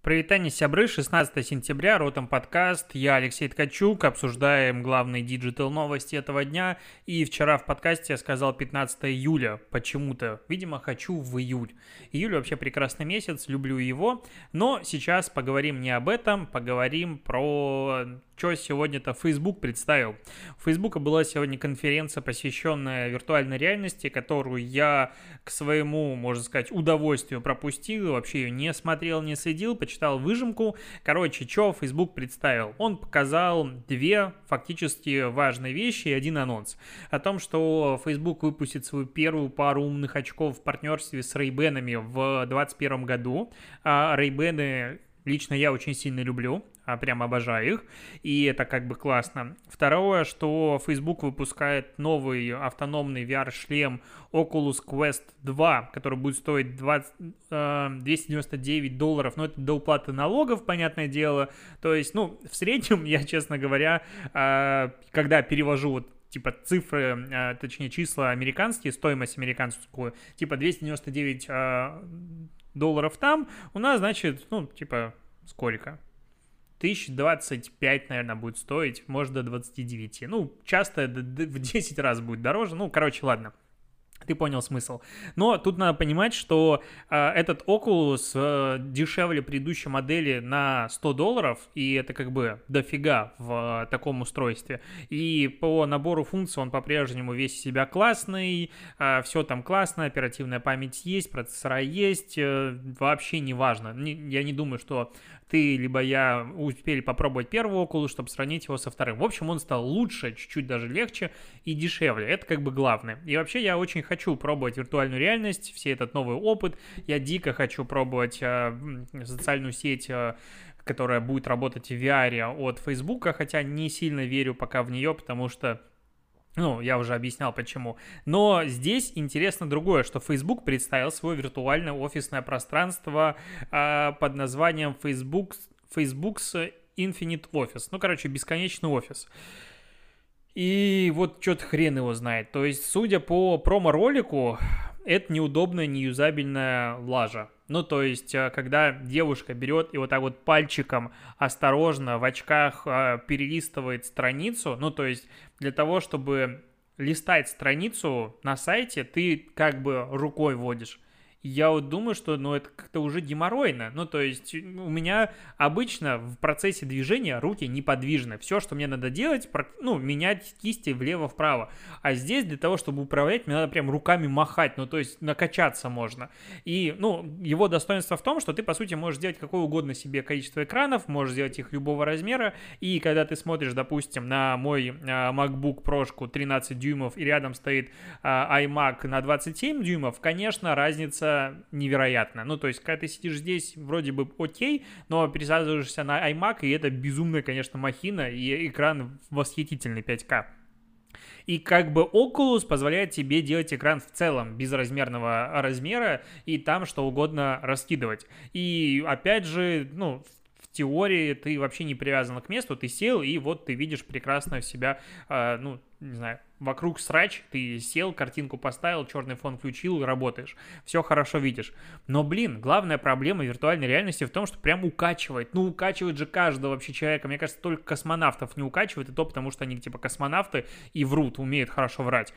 Привет, сябры, 16 сентября, Ротом подкаст, я Алексей Ткачук, обсуждаем главные диджитал новости этого дня, и вчера в подкасте я сказал 15 июля, почему-то, видимо, хочу в июль. Июль вообще прекрасный месяц, люблю его, но сейчас поговорим не об этом, поговорим про... Что сегодня-то Facebook представил? У Facebook была сегодня конференция, посвященная виртуальной реальности, которую я к своему, можно сказать, удовольствию пропустил, вообще ее не смотрел, не следил, почитал выжимку. Короче, что Facebook представил? Он показал две фактически важные вещи и один анонс. О том, что Facebook выпустит свою первую пару умных очков в партнерстве с Ray-Ban'ами в 2021 году. Ray-Ban лично я очень сильно люблю, прям обожаю их, и это как бы классно. Второе, что Facebook выпускает новый автономный VR-шлем Oculus Quest 2, который будет стоить $299, но это до уплаты налогов, понятное дело. То есть, в среднем, я, честно говоря, когда перевожу вот типа цифры, точнее числа американские, стоимость американскую, типа $299 там, у нас, значит, сколько? 1025, наверное, будет стоить, может, до 29. Часто в 10 раз будет дороже. Короче, ладно. Ты понял смысл. Но тут надо понимать, что этот Oculus дешевле предыдущей модели на $100, и это как бы дофига в таком устройстве. И по набору функций он по-прежнему весь из себя классный, все там классно, оперативная память есть, процессора есть, вообще не важно. Я не думаю, что ты либо я успели попробовать первый Oculus, чтобы сравнить его со вторым. В общем, он стал лучше, чуть-чуть даже легче и дешевле. Это как бы главное. И вообще я очень хочу пробовать виртуальную реальность, все этот новый опыт. Я дико хочу пробовать социальную сеть, которая будет работать в VR от Facebook, хотя не сильно верю пока в нее, потому что я уже объяснял почему. Но здесь интересно другое, что Facebook представил свое виртуальное офисное пространство под названием Facebook's Infinite Office. Бесконечный офис. И вот что-то хрен его знает. То есть, судя по промо-ролику, это неудобная, неюзабельная лажа. То есть, когда девушка берет и вот так вот пальчиком осторожно в очках перелистывает страницу, то есть, для того, чтобы листать страницу на сайте, ты как бы рукой водишь. Я вот думаю, что, это как-то уже геморройно. То есть, у меня обычно в процессе движения руки неподвижны. Все, что мне надо делать, менять кисти влево-вправо. А здесь для того, чтобы управлять, мне надо прям руками махать. То есть, накачаться можно. И, его достоинство в том, что ты, по сути, можешь сделать какое угодно себе количество экранов, можешь сделать их любого размера. И когда ты смотришь, допустим, на мой MacBook Pro 13 дюймов и рядом стоит iMac на 27 дюймов, конечно, разница невероятно. То есть, когда ты сидишь здесь, вроде бы окей, но пересаживаешься на iMac, и это безумная, конечно, махина, и экран восхитительный 5К. И как бы Oculus позволяет тебе делать экран в целом безразмерного размера и там что угодно раскидывать. И опять же, в теории ты вообще не привязан к месту, ты сел, и вот ты видишь прекрасно себя, не знаю, вокруг срач, ты сел, картинку поставил, черный фон включил, работаешь. Все хорошо видишь. Но, главная проблема виртуальной реальности в том, что прям укачивает. Укачивает же каждого вообще человека. Мне кажется, только космонавтов не укачивает, и то потому, что они типа космонавты и врут, умеют хорошо врать.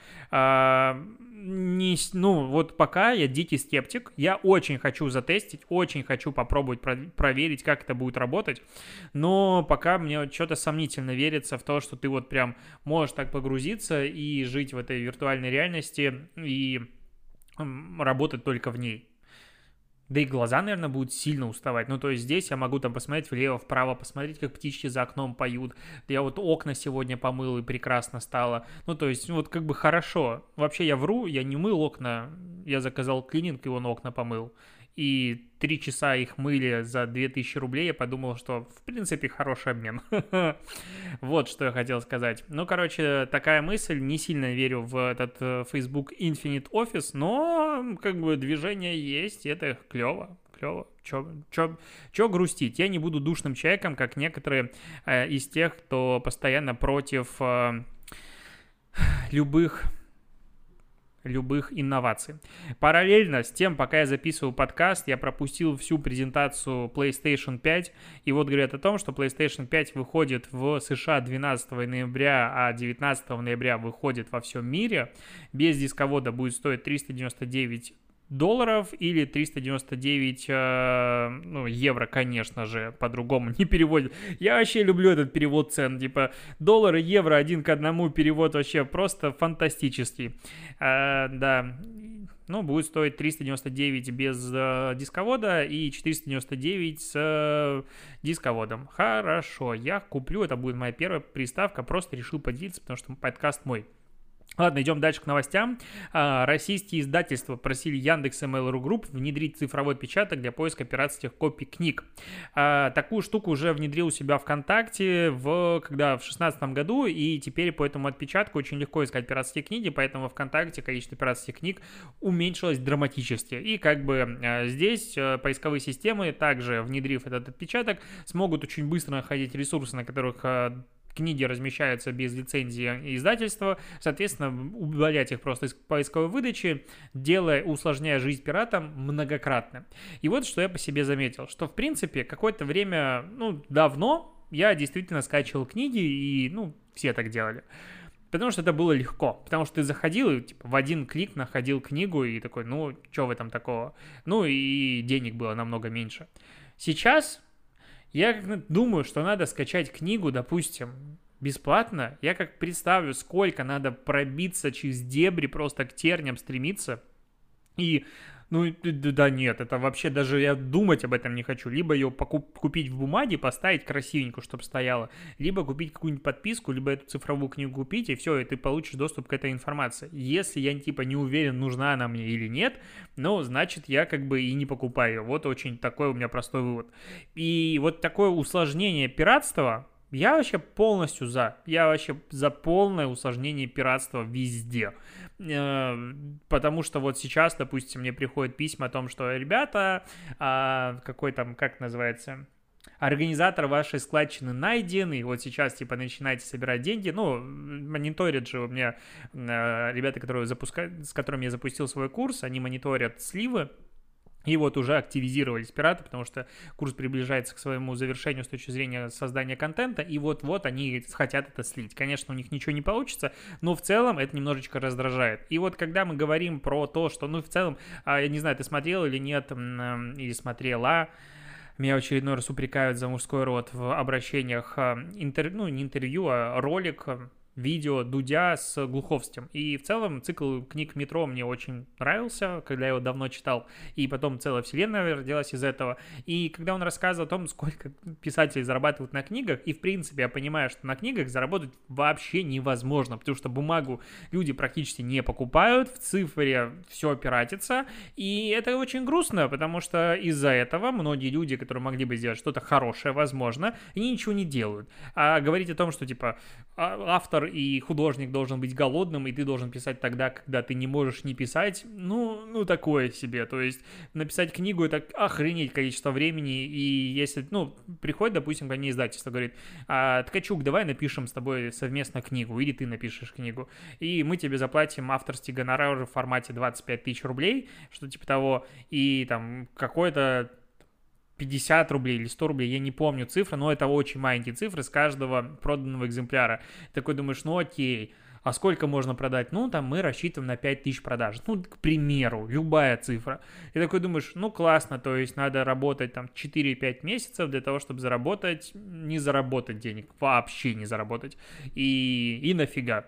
Вот пока я дикий скептик, я очень хочу затестить, очень хочу попробовать проверить, как это будет работать, но пока мне что-то сомнительно верится в то, что ты вот прям можешь так погрузиться и жить в этой виртуальной реальности и работать только в ней. Да и глаза, наверное, будут сильно уставать. То есть здесь я могу там посмотреть влево-вправо, посмотреть, как птички за окном поют. Я вот окна сегодня помыл, и прекрасно стало. То есть, вот как бы хорошо. Вообще я вру, я не мыл окна. Я заказал клининг, и он окна помыл. И 3 часа их мыли за 2000 рублей. Я подумал, что, в принципе, хороший обмен. Вот что я хотел сказать. Такая мысль. Не сильно верю в этот Facebook Infinite Office, но, как бы, движение есть, и это клево. Чё грустить? Я не буду душным человеком, как некоторые из тех, кто постоянно против любых любых инноваций. Параллельно с тем, пока я записывал подкаст, я пропустил всю презентацию PlayStation 5, и вот говорят о том, что PlayStation 5 выходит в США 12 ноября, а 19 ноября выходит во всем мире. Без дисковода будет стоить $399 или 399 евро, конечно же, по-другому не переводят. Я вообще люблю этот перевод цен, типа доллар и евро 1:1, перевод вообще просто фантастический. Да, ну, будет стоить 399 без дисковода и 499 с дисководом. Хорошо, я куплю, это будет моя первая приставка, просто решил поделиться, потому что подкаст мой. Ладно, идем дальше к новостям. Российские издательства просили Яндекс и Mail.ru Group внедрить цифровой отпечаток для поиска пиратских копий книг. Такую штуку уже внедрил у себя ВКонтакте, когда в 2016 году, и теперь по этому отпечатку очень легко искать пиратские книги, поэтому ВКонтакте количество пиратских книг уменьшилось драматически. И как бы здесь поисковые системы, также внедрив этот отпечаток, смогут очень быстро находить ресурсы, на которых книги размещаются без лицензии издательства, соответственно, удалять их просто из поисковой выдачи, усложняя жизнь пиратам многократно. И вот что я по себе заметил, что, в принципе, какое-то время, давно я действительно скачивал книги, и, все так делали. Потому что это было легко, потому что ты заходил и в один клик находил книгу и такой, что в этом такого? И денег было намного меньше. Сейчас я думаю, что надо скачать книгу, допустим, бесплатно. Я как представлю, сколько надо пробиться через дебри, просто к терниям стремиться. И, да нет, это вообще даже я думать об этом не хочу. Либо ее купить в бумаге, поставить красивенько, чтобы стояло, либо купить какую-нибудь подписку, либо эту цифровую книгу купить, и все, и ты получишь доступ к этой информации. Если я не уверен, нужна она мне или нет, значит, я и не покупаю. Вот очень такой у меня простой вывод. И вот такое усложнение пиратства, я вообще полностью за. Я вообще за полное усложнение пиратства везде. Потому что вот сейчас, допустим, мне приходят письма о том, что ребята, как называется, организатор вашей складчины найден, и вот сейчас, начинаете собирать деньги, мониторят же у меня ребята, с которыми я запустил свой курс, они мониторят сливы, и вот уже активизировались пираты, потому что курс приближается к своему завершению с точки зрения создания контента, и вот они хотят это слить. Конечно, у них ничего не получится, но в целом это немножечко раздражает. И вот когда мы говорим про то, что, в целом, я не знаю, ты смотрел или нет, или смотрела, меня в очередной раз упрекают за мужской род в обращениях, не интервью, а ролик, видео Дудя с Глуховским. И в целом цикл книг «Метро» мне очень нравился, когда я его давно читал, и потом целая вселенная родилась из этого. И когда он рассказывал о том, сколько писателей зарабатывают на книгах, и в принципе я понимаю, что на книгах заработать вообще невозможно, потому что бумагу люди практически не покупают, в цифре все пиратится, и это очень грустно, потому что из-за этого многие люди, которые могли бы сделать что-то хорошее, возможно, они ничего не делают. А говорить о том, что автор и художник должен быть голодным, и ты должен писать тогда, когда ты не можешь не писать, такое себе. То есть написать книгу — это охренеть количество времени, и если, приходит, допустим, ко мне издательство, говорит: Ткачук, давай напишем с тобой совместно книгу, или ты напишешь книгу, и мы тебе заплатим авторский гонорар в формате 25 тысяч рублей, что типа того, и там какое-то 50 рублей или 100 рублей, я не помню цифры, но это очень маленькие цифры с каждого проданного экземпляра. Такой думаешь, окей, а сколько можно продать? Мы рассчитываем на 5000 продаж. К примеру, любая цифра. И такой думаешь, классно, то есть надо работать 4-5 месяцев для того, чтобы не заработать денег, вообще не заработать. И нафига?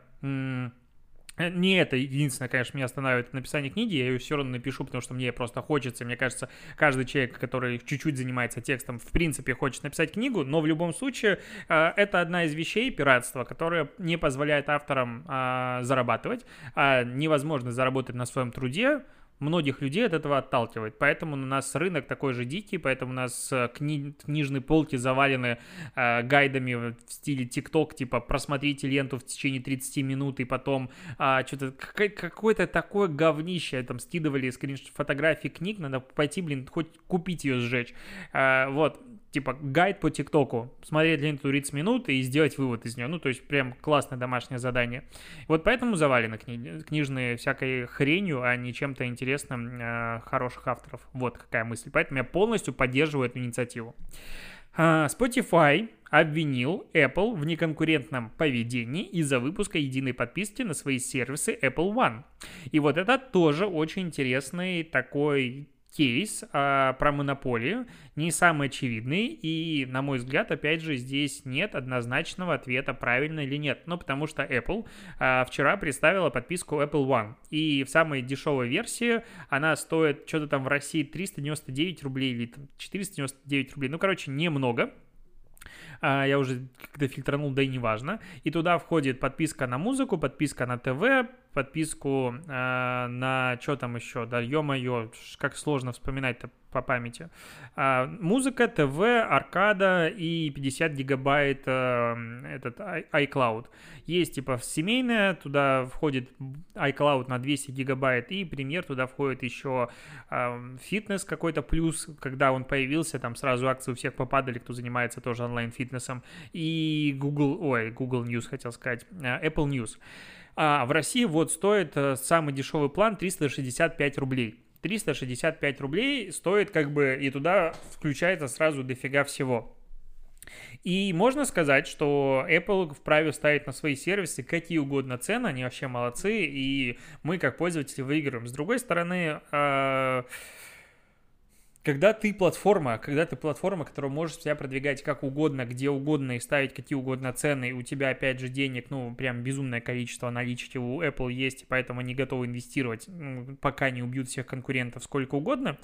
Не это единственное, конечно, меня останавливает написание книги, я ее все равно напишу, потому что мне просто хочется, мне кажется, каждый человек, который чуть-чуть занимается текстом, в принципе, хочет написать книгу, но в любом случае это одна из вещей пиратства, которая не позволяет авторам зарабатывать, невозможно заработать на своем труде. Многих людей от этого отталкивает, поэтому у нас рынок такой же дикий, поэтому у нас книжные полки завалены гайдами в стиле TikTok, типа просмотрите ленту в течение 30 минут и потом что-то какое-то такое говнище, там скидывали фотографии книг, надо пойти, хоть купить ее, сжечь, вот. типа гайд по ТикТоку, смотреть ленту 30 минут и сделать вывод из нее. Ну, то есть прям классное домашнее задание. Вот поэтому завалены книжные всякой хренью, а не чем-то интересным хороших авторов. Вот какая мысль. Поэтому я полностью поддерживаю эту инициативу. Spotify обвинил Apple в неконкурентном поведении из-за выпуска единой подписки на свои сервисы Apple One. И вот это тоже очень интересный такой кейс про монополию, не самый очевидный, и, на мой взгляд, опять же, здесь нет однозначного ответа, правильно или нет. Ну, потому что Apple вчера представила подписку Apple One, и в самой дешевой версии она стоит что-то там в России 399 рублей или там 499 рублей, ну, короче, немного. Я уже когда фильтранул, да и неважно. И туда входит подписка на музыку, подписка на ТВ, подписку на что там еще, да, ё-моё, как сложно вспоминать-то по памяти. Музыка, ТВ, аркада и 50 гигабайт этот iCloud. Есть типа семейная, туда входит iCloud на 200 гигабайт, и премьер туда входит еще фитнес какой-то плюс, когда он появился, там сразу акции у всех попадали, кто занимается тоже онлайн-фитнесом, и Google News хотел сказать, Apple News. А в России вот стоит самый дешевый план 365 рублей. 365 рублей стоит как бы, и туда включается сразу дофига всего. И можно сказать, что Apple вправе ставить на свои сервисы какие угодно цены, они вообще молодцы, и мы как пользователи выигрываем. С другой стороны, когда ты платформа, которая может себя продвигать как угодно, где угодно и ставить какие угодно цены, и у тебя, опять же, денег, ну, прям безумное количество наличия у Apple есть, и поэтому они готовы инвестировать, пока не убьют всех конкурентов сколько угодно,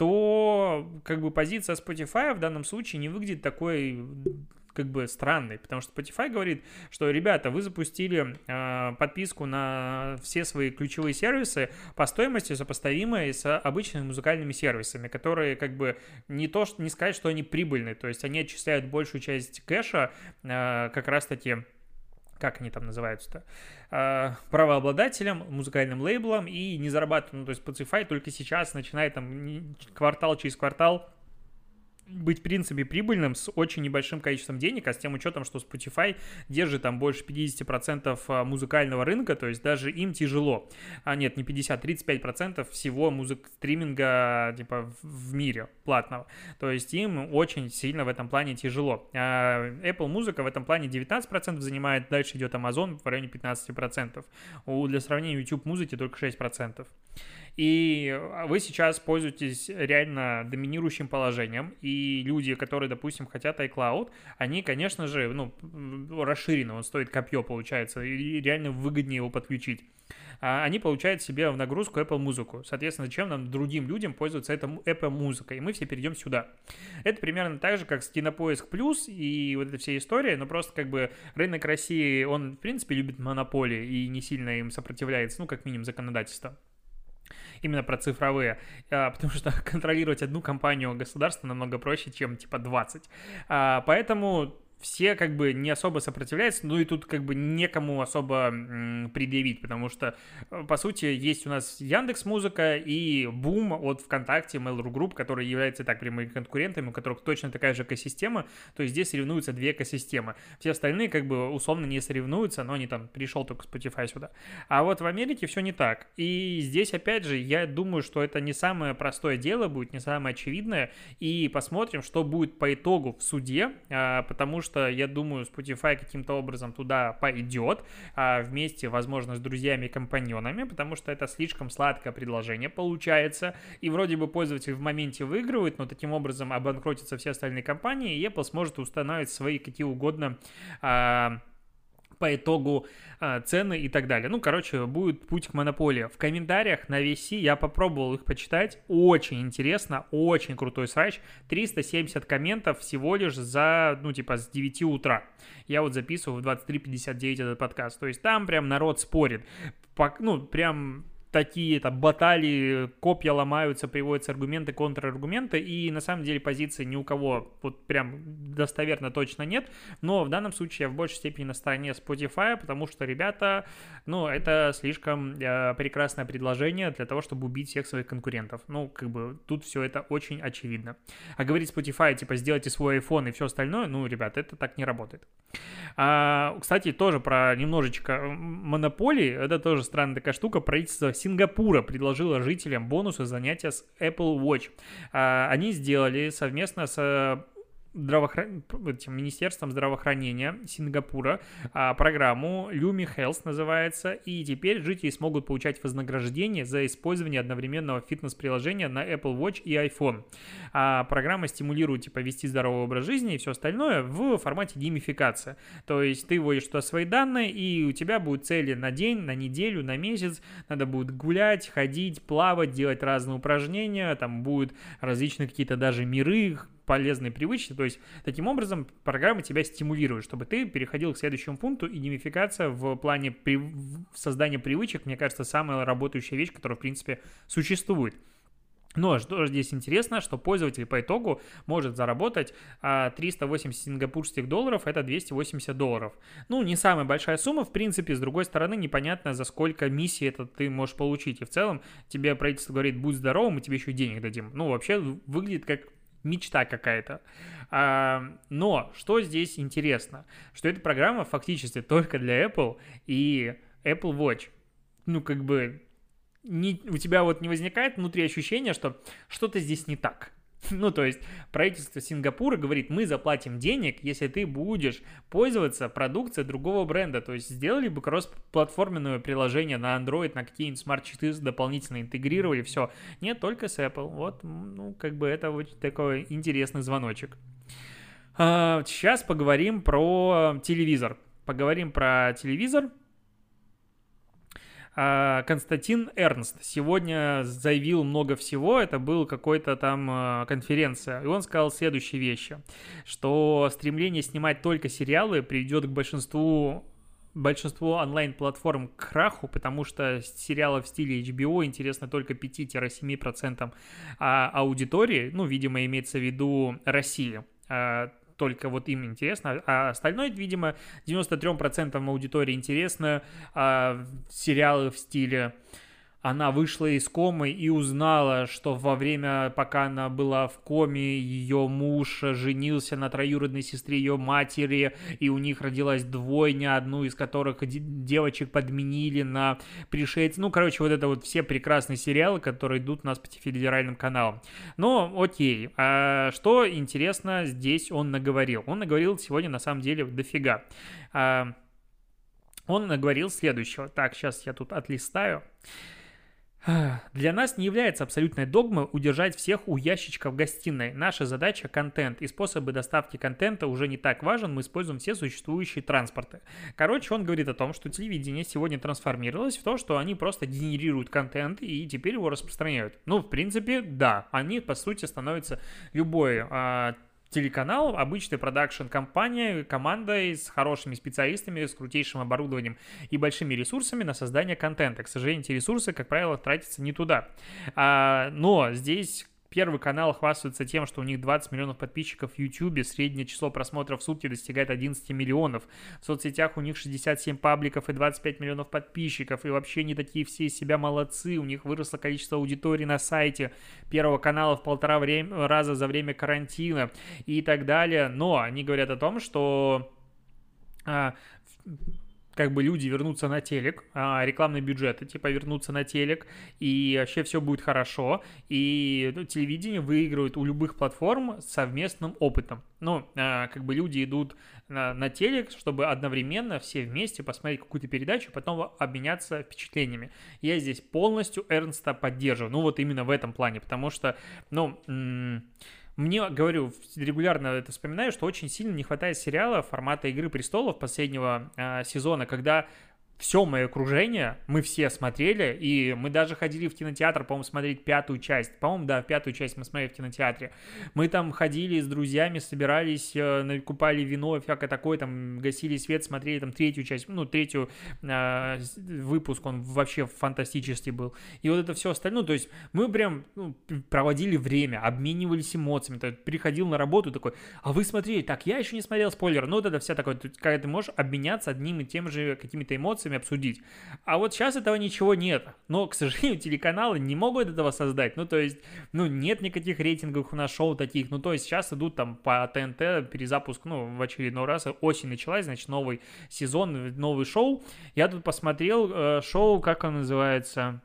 то, как бы, позиция Spotify в данном случае не выглядит такой, как бы, странной, потому что Spotify говорит, что, ребята, вы запустили подписку на все свои ключевые сервисы по стоимости, сопоставимой с обычными музыкальными сервисами, которые, как бы, не сказать, что они прибыльны, то есть они отчисляют большую часть кэша как раз-таки, как они там называются-то, правообладателям, музыкальным лейблам, и не зарабатывают. Ну, то есть Spotify только сейчас начинает там квартал через квартал быть, в принципе, прибыльным с очень небольшим количеством денег, а с тем учетом, что Spotify держит там больше 50% музыкального рынка, то есть даже им тяжело. Нет, не 50, 35% всего стриминга типа в мире платного. То есть им очень сильно в этом плане тяжело. Apple Музыка в этом плане 19% занимает, дальше идет Amazon в районе 15%. Для сравнения, YouTube музыки только 6%. И вы сейчас пользуетесь реально доминирующим положением, и люди, которые, допустим, хотят iCloud, они, конечно же, расширенно, он стоит копье, получается, и реально выгоднее его подключить. Они получают себе в нагрузку Apple музыку. Соответственно, зачем нам другим людям пользоваться Apple музыкой? И мы все перейдем сюда. Это примерно так же, как с Кинопоиск Плюс и вот эта вся история, но просто как бы рынок России, он, в принципе, любит монополии и не сильно им сопротивляется, ну, как минимум, законодательство. Именно про цифровые, потому что контролировать одну компанию государства намного проще, чем типа 20. Поэтому все как бы не особо сопротивляются, ну и тут как бы некому особо предъявить, потому что, по сути, есть у нас Яндекс.Музыка и Boom от ВКонтакте, Mail.ru Group, которые являются так прямыми конкурентами, у которых точно такая же экосистема, то есть здесь соревнуются две экосистемы. Все остальные как бы условно не соревнуются, но они там пришел только Spotify сюда. А вот в Америке все не так. И здесь, опять же, я думаю, что это не самое простое дело будет, не самое очевидное, и посмотрим, что будет по итогу в суде, потому что я думаю, Spotify каким-то образом туда пойдет вместе, возможно, с друзьями и компаньонами, потому что это слишком сладкое предложение получается, и вроде бы пользователь в моменте выигрывает, но таким образом обанкротятся все остальные компании, и Apple сможет устанавливать свои какие угодно по итогу цены и так далее. Ну, короче, будет путь к монополии. В комментариях на VC я попробовал их почитать. Очень интересно, очень крутой срач. 370 комментов всего лишь за, с 9 утра. Я вот записываю в 23:59 этот подкаст. То есть там прям народ спорит. Прям такие-то баталии, копья ломаются, приводятся аргументы, контраргументы, и на самом деле позиции ни у кого вот прям достоверно точно нет, но в данном случае я в большей степени на стороне Spotify, потому что, ребята, ну, это слишком прекрасное предложение для того, чтобы убить всех своих конкурентов. Ну, как бы тут все это очень очевидно. А говорить Spotify, типа, сделайте свой iPhone и все остальное, ну, ребята, это так не работает. Кстати, тоже про немножечко монополии, это тоже странная такая штука. Правительство Сингапура предложило жителям бонусы за занятия с Apple Watch. Они сделали совместно с Министерством здравоохранения Сингапура программу Lumi Health называется, и теперь жители смогут получать вознаграждение за использование одновременного фитнес-приложения на Apple Watch и iPhone. Программа стимулирует типа вести здоровый образ жизни и все остальное в формате геймификация. То есть ты вводишь туда свои данные, и у тебя будут цели на день, на неделю, на месяц. Надо будет гулять, ходить, плавать, делать разные упражнения, там будут различные какие-то даже миры, полезные привычки, то есть таким образом программа тебя стимулирует, чтобы ты переходил к следующему пункту, и геймификация в плане создания привычек, мне кажется, самая работающая вещь, которая в принципе существует. Но что здесь интересно, что пользователь по итогу может заработать 380 сингапурских долларов, это $280. Ну, не самая большая сумма, в принципе, с другой стороны, непонятно, за сколько миссий это ты можешь получить. И в целом тебе правительство говорит, будь здоровым, мы тебе еще денег дадим. Ну, вообще выглядит как мечта какая-то. Но что здесь интересно, что эта программа фактически только для Apple и Apple Watch. Ну, как бы у тебя вот не возникает внутри ощущения, что что-то здесь не так. Ну, то есть правительство Сингапура говорит, мы заплатим денег, если ты будешь пользоваться продукцией другого бренда. То есть сделали бы кросс-платформенное приложение на Android, на какие-нибудь смарт-читы дополнительно интегрировали, все. Нет, только с Apple. Вот, ну, как бы это очень такой интересный звоночек. Сейчас поговорим про телевизор. Константин Эрнст сегодня заявил много всего, это был какой-то там конференция, и он сказал следующие вещи, что стремление снимать только сериалы приведет к большинству онлайн-платформ к краху, потому что сериалы в стиле HBO интересны только 5-7% аудитории, ну, видимо, имеется в виду России, только вот им интересно, а остальное, видимо, 93% аудитории интересно сериалы в стиле она вышла из комы и узнала, что во время, пока она была в коме, ее муж женился на троюродной сестре ее матери, и у них родилась двойня, одну из которых девочек подменили на пришельцев. Ну, короче, вот это вот все прекрасные сериалы, которые идут у нас по федеральным каналам. Но, окей, что интересно здесь он наговорил? Он наговорил сегодня, на самом деле, дофига. Он наговорил следующего. Так, сейчас я тут отлистаю. Для нас не является абсолютной догмой удержать всех у ящичка в гостиной. Наша задача – контент, и способы доставки контента уже не так важен, мы используем все существующие транспорты. Короче, он говорит о том, что телевидение сегодня трансформировалось в то, что они просто генерируют контент и теперь его распространяют. Ну, в принципе, да, они, по сути, становятся любой телеканал, обычная продакшн-компания, командой с хорошими специалистами, с крутейшим оборудованием и большими ресурсами на создание контента. К сожалению, эти ресурсы, как правило, тратятся не туда. Но здесь Первый канал хвастается тем, что у них 20 миллионов подписчиков в YouTube, среднее число просмотров в сутки достигает 11 миллионов. В соцсетях у них 67 пабликов и 25 миллионов подписчиков, и вообще не такие все из себя молодцы. У них выросло количество аудитории на сайте Первого канала в 1,5 раза за время карантина и так далее. Но они говорят о том, что как бы люди вернутся на телек, рекламные бюджеты типа вернутся на телек, и вообще все будет хорошо, и телевидение выигрывает у любых платформ совместным опытом. Ну, как бы люди идут на телек, чтобы одновременно все вместе посмотреть какую-то передачу, потом обменяться впечатлениями. Я здесь полностью Эрнста поддерживаю, ну вот именно в этом плане, потому что, мне, говорю, регулярно это вспоминаю, что очень сильно не хватает сериала формата «Игры престолов» последнего сезона, когда все мое окружение, мы все смотрели, и мы даже ходили в кинотеатр, по-моему, смотреть 5-ю часть. По-моему, да, 5-ю часть мы смотрели в кинотеатре. Мы там ходили с друзьями, собирались, купали вино, всякое такое, там, гасили свет, смотрели там 3-ю часть, ну, 3-ю выпуск, он вообще фантастический был. И вот это все остальное, то есть мы прям проводили время, обменивались эмоциями. То есть приходил на работу такой, а вы смотрели, так, я еще не смотрел спойлер. Ну, вот это вся такое, когда ты можешь обменяться одним и тем же какими-то эмоциями, обсудить. А вот сейчас этого ничего нет. Но, к сожалению, телеканалы не могут этого создать. Ну, то есть, нет никаких рейтинговых у нас шоу таких. Ну, то есть, сейчас идут там по ТНТ перезапуск, в очередной раз. Осень началась, значит, новый сезон, новый шоу. Я тут посмотрел шоу, как оно называется?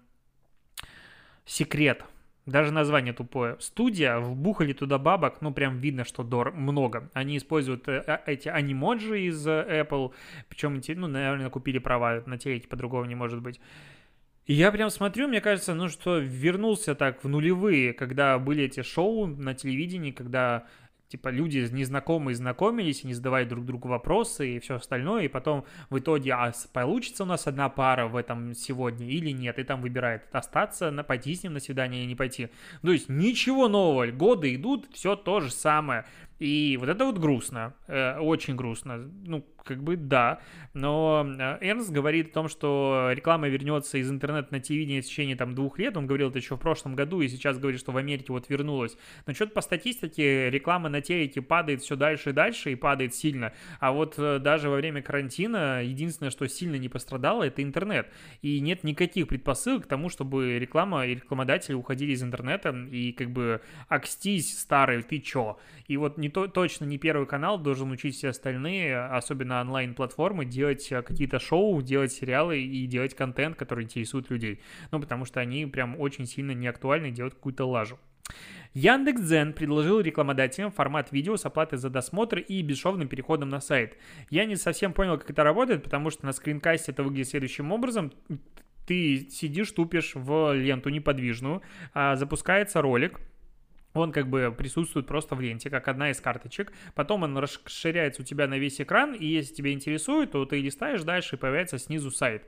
«Секрет». Даже название тупое. Студия, вбухали туда бабок, прям видно, что много. Они используют эти анимоджи из Apple, причем, наверное, купили права, на телеке по-другому не может быть. И я прям смотрю, мне кажется, что вернулся так в нулевые, когда были эти шоу на телевидении, когда типа люди незнакомые знакомились и не задавали друг другу вопросы и все остальное, и потом в итоге, получится у нас одна пара в этом сегодня или нет, и там выбирает остаться, пойти с ним на свидание или не пойти. То есть ничего нового, годы идут, все то же самое. И вот это вот грустно, очень грустно, да, но Эрнст говорит о том, что реклама вернется из интернета на телевидение в течение 2 лет, он говорил это еще в прошлом году, и сейчас говорит, что в Америке вот вернулась, но что-то по статистике реклама на телеке падает все дальше и дальше, и падает сильно, а вот даже во время карантина единственное, что сильно не пострадало, это интернет, и нет никаких предпосылок к тому, чтобы реклама и рекламодатели уходили из интернета, и акстись, старый, ты чё, и вот точно не Первый канал должен учить все остальные, особенно онлайн-платформы, делать какие-то шоу, делать сериалы и делать контент, который интересует людей. Потому что они прям очень сильно неактуальны, делают какую-то лажу. Яндекс.Дзен предложил рекламодателям формат видео с оплатой за досмотр и бесшовным переходом на сайт. Я не совсем понял, как это работает, потому что на скринкасте это выглядит следующим образом. Ты сидишь, тупишь в ленту неподвижную, запускается ролик, он присутствует просто в ленте, как одна из карточек. Потом он расширяется у тебя на весь экран, и если тебя интересует, то ты листаешь дальше, и появляется снизу сайт.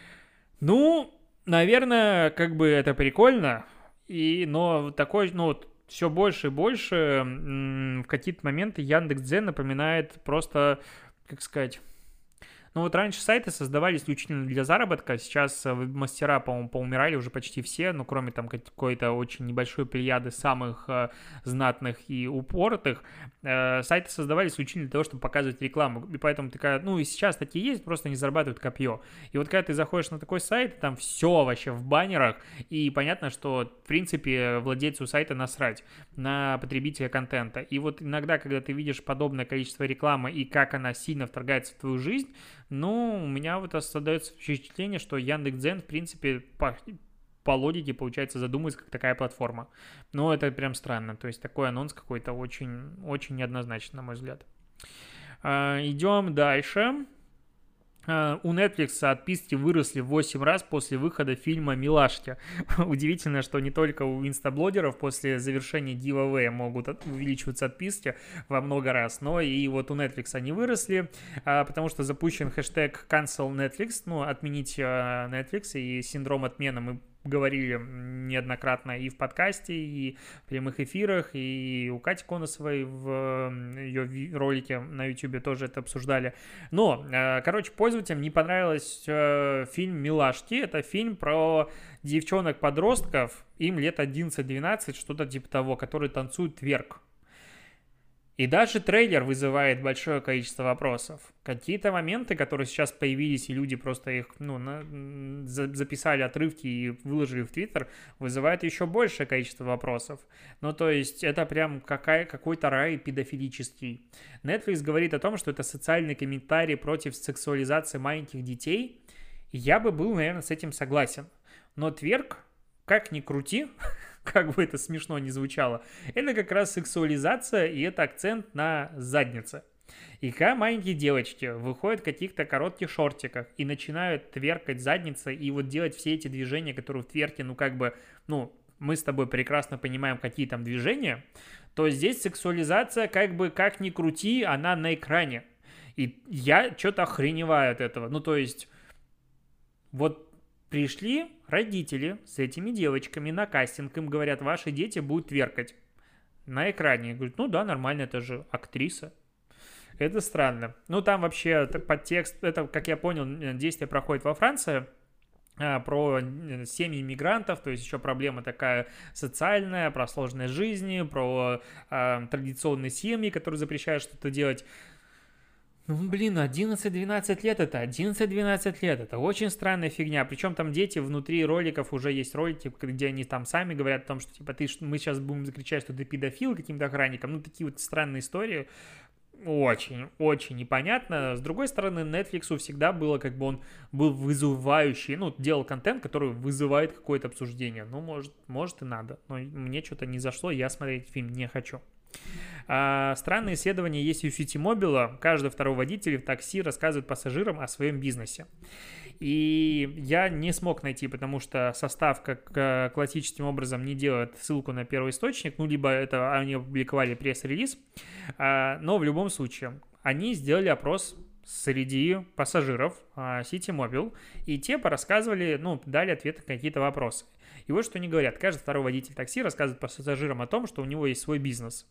Наверное, это прикольно, но такой, все больше и больше в какие-то моменты Яндекс.Дзен напоминает просто, как сказать... раньше сайты создавались исключительно для заработка, сейчас мастера, по-моему, поумирали уже почти все, кроме там какой-то очень небольшой плеяды самых знатных и упоротых, сайты создавались исключительно для того, чтобы показывать рекламу, и поэтому такая, и сейчас такие есть, просто не зарабатывают копье. И вот когда ты заходишь на такой сайт, там все вообще в баннерах, и понятно, что, в принципе, владельцу сайта насрать на потребителя контента. И вот иногда, когда ты видишь подобное количество рекламы и как она сильно вторгается в твою жизнь, у меня вот создается впечатление, что Яндекс.Дзен, в принципе, по логике, получается, задумывается как такая платформа. Но это прям странно. То есть такой анонс какой-то очень, очень неоднозначный, на мой взгляд. Идем дальше. У Netflix отписки выросли в 8 раз после выхода фильма «Милашки». Удивительно, что не только у инстаблогеров после завершения giveaway могут увеличиваться отписки во много раз, но и вот у Netflix они выросли, потому что запущен хэштег cancel Netflix, отменить Netflix, и синдром отмены мы говорили неоднократно и в подкасте, и в прямых эфирах, и у Кати Конусовой в ее ролике на YouTube тоже это обсуждали. Но, пользователям не понравился фильм «Милашки». Это фильм про девчонок-подростков, им лет 11-12, что-то типа того, которые танцуют тверк. И даже трейлер вызывает большое количество вопросов. Какие-то моменты, которые сейчас появились, и люди просто их записали отрывки и выложили в Твиттер, вызывают еще большее количество вопросов. То есть это прям какой-то рай педофилический. Netflix говорит о том, что это социальный комментарий против сексуализации маленьких детей. Я бы был, наверное, с этим согласен. Но тверк, как ни крути, как бы это смешно ни звучало, это как раз сексуализация, и это акцент на заднице. И когда маленькие девочки выходят в каких-то коротких шортиках и начинают тверкать задницей и вот делать все эти движения, которые в тверке, мы с тобой прекрасно понимаем, какие там движения, то здесь сексуализация, как ни крути, она на экране. И я что-то охреневаю от этого. То есть... Вот пришли родители с этими девочками на кастинг, им говорят, ваши дети будут тверкать на экране. Говорят, ну да, нормально, это же актриса. Это странно. Ну, там вообще подтекст, это, как я понял, действие проходит во Франции, про семьи мигрантов, то есть еще проблема такая социальная, про сложность жизни, про традиционные семьи, которые запрещают что-то делать. Ну, блин, 11-12 лет это, 11-12 лет, это очень странная фигня, причем там дети внутри роликов, уже есть ролики, где они там сами говорят о том, что типа мы сейчас будем закричать, что ты педофил каким-то охранником, ну, такие вот странные истории, очень непонятно. С другой стороны, Netflix всегда было, как бы он был вызывающий, ну, делал контент, который вызывает какое-то обсуждение, ну, может и надо, но мне что-то не зашло, я смотреть фильм не хочу. Странные исследования есть и у Ситимобила. Каждый второй водитель в такси рассказывает пассажирам о своем бизнесе. И я не смог найти, потому что состав как классическим образом не делает ссылку на первый источник, ну, либо это они опубликовали пресс-релиз. Но в любом случае, они сделали опрос среди пассажиров Ситимобил, и те порассказывали, ну, дали ответы на какие-то вопросы. И вот что они говорят. Каждый второй водитель такси рассказывает пассажирам о том, что у него есть свой бизнес.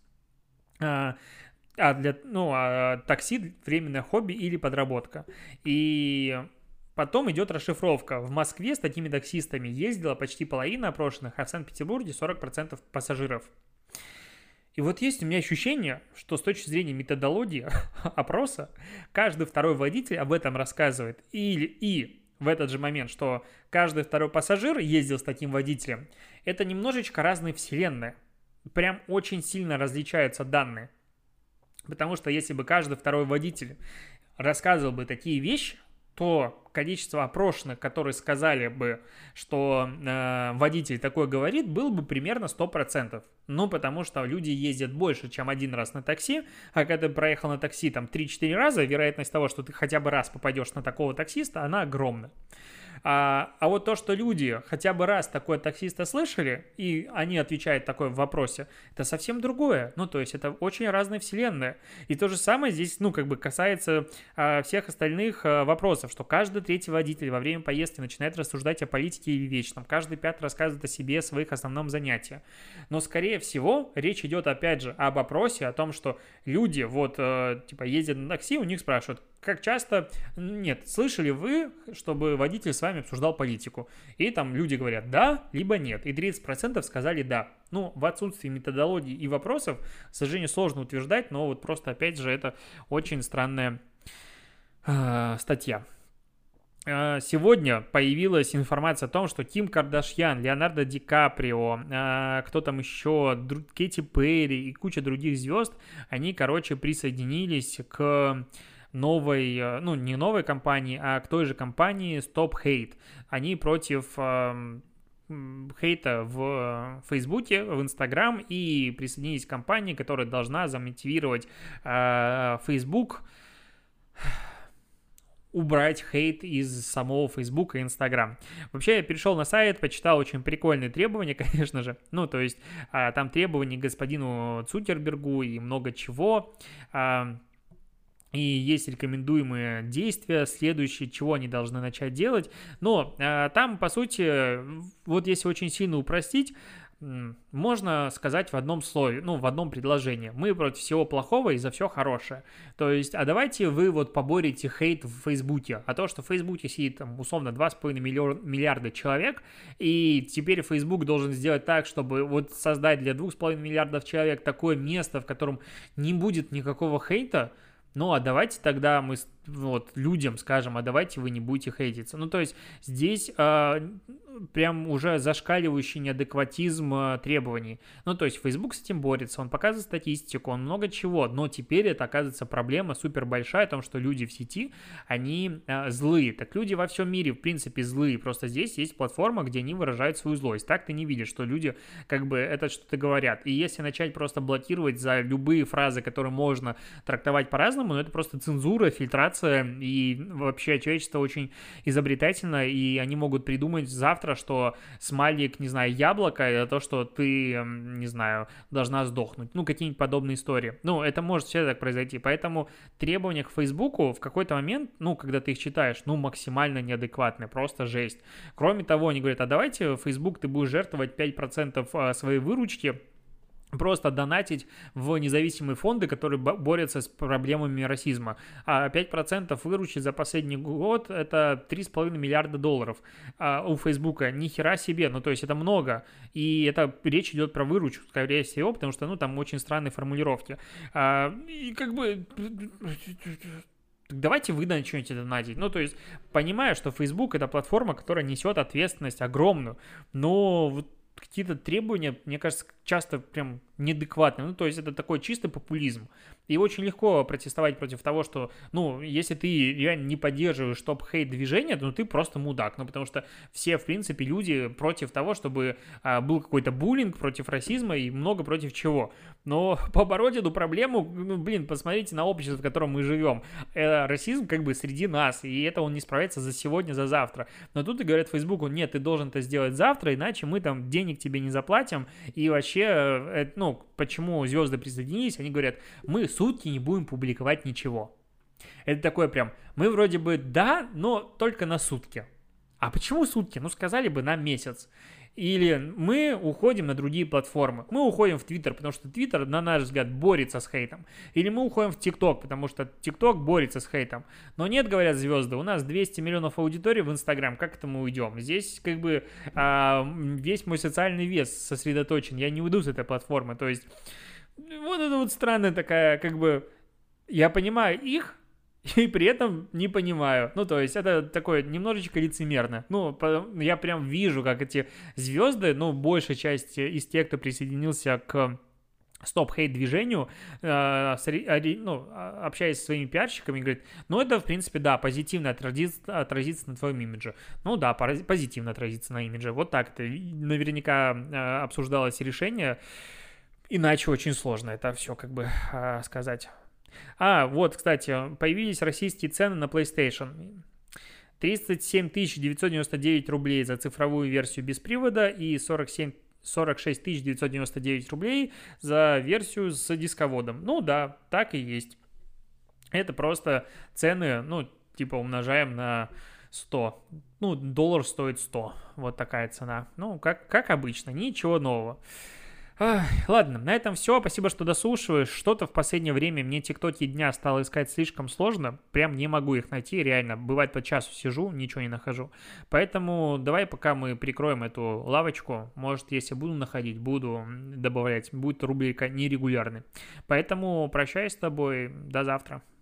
Такси – временное хобби или подработка. И потом идет расшифровка. В Москве с такими таксистами ездила почти половина опрошенных, а в Санкт-Петербурге 40% пассажиров. И вот есть у меня ощущение, что с точки зрения методологии опроса, каждый второй водитель об этом рассказывает. И в этот же момент, что каждый второй пассажир ездил с таким водителем, это немножечко разные вселенные. Прям очень сильно различаются данные. Потому что если бы каждый второй водитель рассказывал бы такие вещи, то количество опрошенных, которые сказали бы, что водитель такое говорит, было бы примерно 100%. Ну, потому что люди ездят больше, чем один раз на такси, а когда ты проехал на такси там 3-4 раза, вероятность того, что ты хотя бы раз попадешь на такого таксиста, она огромна. А вот то, что люди хотя бы раз такое таксиста слышали, и они отвечают такое в вопросе, это совсем другое. Ну, то есть это очень разные вселенные. И то же самое здесь, ну, как бы касается всех остальных вопросов, что каждый третий водитель во время поездки начинает рассуждать о политике или вечном. Каждый пятый рассказывает о себе, о своих основном занятии. Но, скорее всего, речь идет, опять же, об опросе, о том, что люди вот, типа, ездят на такси, у них спрашивают, как часто, нет, слышали вы, чтобы водитель с вами обсуждал политику? И там люди говорят да, либо нет. И 30% сказали да. Ну, в отсутствии методологии и вопросов, к сожалению, сложно утверждать, но вот просто, опять же, это очень странная статья. Сегодня появилась информация о том, что Ким Кардашьян, Леонардо Ди Каприо, кто там еще, Кэти Перри и куча других звезд, они, короче, присоединились к новой, ну, не новой компании, а к той же компании Stop Hate. Они против хейта в Фейсбуке, в Инстаграм и присоединились к компании, которая должна замотивировать Facebook убрать хейт из самого Facebook и Instagram. Вообще, я перешел на сайт, почитал очень прикольные требования, конечно же. Ну, то есть, там требования к господину Цукербергу и много чего. И есть рекомендуемые действия, следующие, чего они должны начать делать. Но там, по сути, вот если очень сильно упростить, можно сказать в одном слове, ну, в одном предложении. Мы против всего плохого и за все хорошее. То есть, а давайте вы вот поборете хейт в Фейсбуке. А то, что в Фейсбуке сидит, там, условно, 2,5 миллиарда человек, и теперь Фейсбук должен сделать так, чтобы вот создать для 2,5 миллиардов человек такое место, в котором не будет никакого хейта. Ну, а давайте тогда мы вот людям скажем, а давайте вы не будете хейтиться. Ну, то есть здесь прям уже зашкаливающий неадекватизм требований. Ну, то есть Facebook с этим борется, он показывает статистику, он много чего, но теперь это, оказывается, проблема супер большая о том, что люди в сети, они злые. Так люди во всем мире, в принципе, злые, просто здесь есть платформа, где они выражают свою злость. Так ты не видишь, что люди как бы это что-то говорят. И если начать просто блокировать за любые фразы, которые можно трактовать по-разному, ну, это просто цензура, фильтрация нация, и вообще человечество очень изобретательно, и они могут придумать завтра, что смайлик, не знаю, яблоко, это то, что ты, не знаю, должна сдохнуть. Ну, какие-нибудь подобные истории. Ну, это может все так произойти. Поэтому требования к Фейсбуку в какой-то момент, ну, когда ты их читаешь, ну, максимально неадекватные, просто жесть. Кроме того, они говорят, а давайте, Facebook, ты будешь жертвовать 5% своей выручки, просто донатить в независимые фонды, которые борются с проблемами расизма. А 5% выручки за последний год – это $3,5 миллиарда у Фейсбука. Ни хера себе, ну то есть это много. И это речь идет про выручку, скорее всего, потому что, ну, там очень странные формулировки. И как бы... Давайте вы начнете донатить. Ну, то есть, понимаю, что Facebook – это платформа, которая несет ответственность огромную, но вот какие-то требования, мне кажется, часто прям неадекватные. Ну, то есть это такой чистый популизм. И очень легко протестовать против того, что, ну, если ты реально не поддерживаешь топ-хейт движение, то ты просто мудак. Ну, потому что все, в принципе, люди против того, чтобы был какой-то буллинг, против расизма и много против чего. Но побороть эту проблему, ну, блин, посмотрите на общество, в котором мы живем. Расизм как бы среди нас, и это он не справится за сегодня, за завтра. Но тут и говорят Фейсбуку, нет, ты должен это сделать завтра, иначе мы там денег тебе не заплатим. И вообще, ну, почему звезды присоединились, они говорят, мы сутки не будем публиковать ничего. Это такое прям, мы вроде бы да, но только на сутки. А почему сутки? Ну, сказали бы на месяц. Или мы уходим на другие платформы. Мы уходим в Твиттер, потому что Твиттер, на наш взгляд, борется с хейтом. Или мы уходим в ТикТок, потому что ТикТок борется с хейтом. Но нет, говорят звезды, у нас 200 миллионов аудитории в Инстаграм, как это мы уйдем? Здесь как бы весь мой социальный вес сосредоточен, я не уйду с этой платформы. То есть вот это вот странная такая, как бы, я понимаю их, и при этом не понимаю. Ну, то есть, это такое немножечко лицемерно. Ну, я прям вижу, как эти звезды, ну, большая часть из тех, кто присоединился к стоп-хейт-движению, общаясь со своими пиарщиками, говорит, ну, это, в принципе, да, позитивно отразится на твоем имидже. Ну, да, позитивно отразится на имидже. Вот так это. Наверняка обсуждалось решение, иначе очень сложно это все, как бы, сказать. Вот, кстати, появились российские цены на PlayStation. 37 999 рублей за цифровую версию без привода и 46 999 рублей за версию с дисководом. Ну да, так и есть. Это просто цены, ну, типа умножаем на 100. Ну, доллар стоит 100. Вот такая цена. Ну, как обычно, ничего нового. Ладно, на этом все. Спасибо, что дослушиваешь. Что-то в последнее время мне тиктоки дня стало искать слишком сложно. Прям не могу их найти, реально. Бывает, по часу сижу, ничего не нахожу. Поэтому давай, пока мы прикроем эту лавочку, может, если буду находить, буду добавлять. Будет рубрика нерегулярный. Поэтому прощаюсь с тобой. До завтра.